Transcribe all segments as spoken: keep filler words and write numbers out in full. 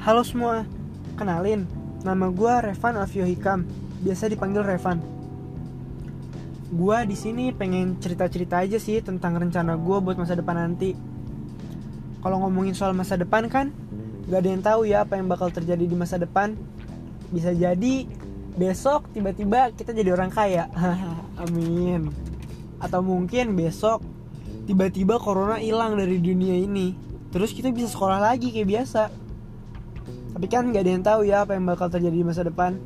Halo semua, kenalin, nama gue Revan Alfio Hikam, biasa dipanggil Revan. Gue di sini pengen cerita-cerita aja sih tentang rencana gue buat masa depan nanti. Kalau ngomongin soal masa depan kan, gak ada yang tahu ya apa yang bakal terjadi di masa depan. Bisa jadi besok tiba-tiba kita jadi orang kaya, amin. Atau mungkin besok tiba-tiba corona hilang dari dunia ini, terus kita bisa sekolah lagi kayak biasa. Tapi kan gak ada yang tahu ya apa yang bakal terjadi di masa depan.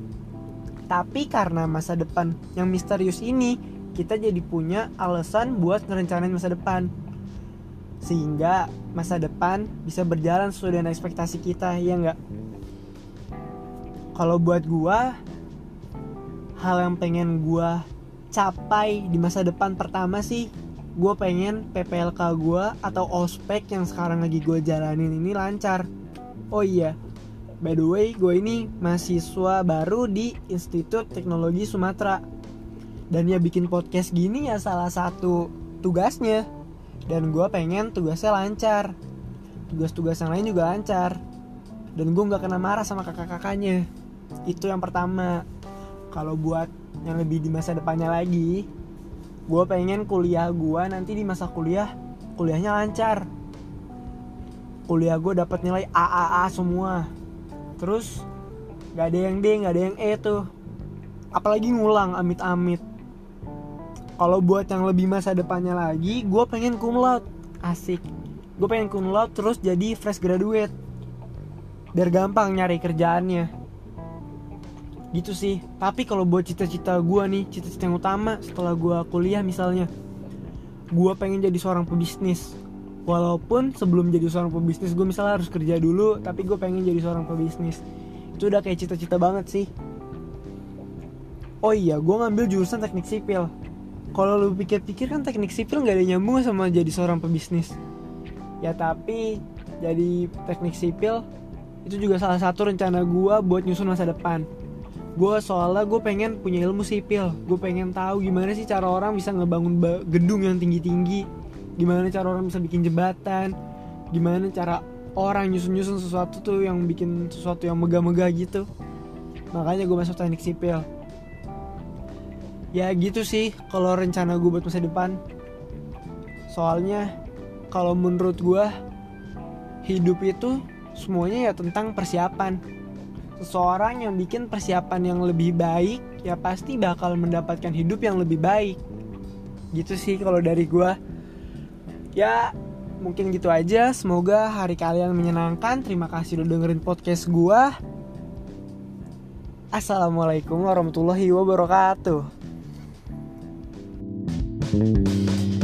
Tapi karena masa depan yang misterius ini, kita jadi punya alasan buat ngerencanain masa depan, sehingga masa depan bisa berjalan sesuai dengan ekspektasi kita, ya gak? Kalau buat gua, hal yang pengen gua capai di masa depan pertama sih, gua pengen P P L K gua atau ospek yang sekarang lagi gua jalanin ini lancar. Oh iya, by the way, gue ini mahasiswa baru di Institut Teknologi Sumatera. Dan ya bikin podcast gini ya salah satu tugasnya. Dan gue pengen tugasnya lancar, tugas-tugas yang lain juga lancar, dan gue gak kena marah sama kakak-kakaknya. Itu yang pertama. Kalau buat yang lebih di masa depannya lagi, gue pengen kuliah gue nanti di masa kuliah, kuliahnya lancar. Kuliah gue dapat nilai A A A semua. Terus gak ada yang D, gak ada yang E tuh. Apalagi ngulang, amit-amit. Kalau buat yang lebih masa depannya lagi, gue pengen cum laude. Asik. Gue pengen cum laude terus jadi fresh graduate, biar gampang nyari kerjaannya. Gitu sih. Tapi kalau buat cita-cita gue nih, cita-cita yang utama setelah gue kuliah misalnya, gue pengen jadi seorang pebisnis. Walaupun sebelum jadi seorang pebisnis gue misalnya harus kerja dulu, tapi gue pengen jadi seorang pebisnis. Itu udah kayak cita-cita banget sih. Oh iya, gue ngambil jurusan teknik sipil. Kalau lu pikir-pikir kan teknik sipil gak ada nyambung sama jadi seorang pebisnis. Ya tapi jadi teknik sipil itu juga salah satu rencana gue buat nyusun masa depan. Gue soalnya gue pengen punya ilmu sipil. Gue pengen tahu gimana sih cara orang bisa ngebangun ba- gedung yang tinggi-tinggi, gimana cara orang bisa bikin jembatan, gimana cara orang nyusun-nyusun sesuatu tuh yang bikin sesuatu yang megah-megah gitu. Makanya gue masuk teknik sipil. Ya gitu sih kalau rencana gue buat masa depan. Soalnya kalau menurut gue, hidup itu semuanya ya tentang persiapan. Seseorang yang bikin persiapan yang lebih baik, ya pasti bakal mendapatkan hidup yang lebih baik. Gitu sih kalau dari gue. Ya mungkin gitu aja. Semoga hari kalian menyenangkan. Terima kasih udah dengerin podcast gue. Assalamualaikum warahmatullahi wabarakatuh.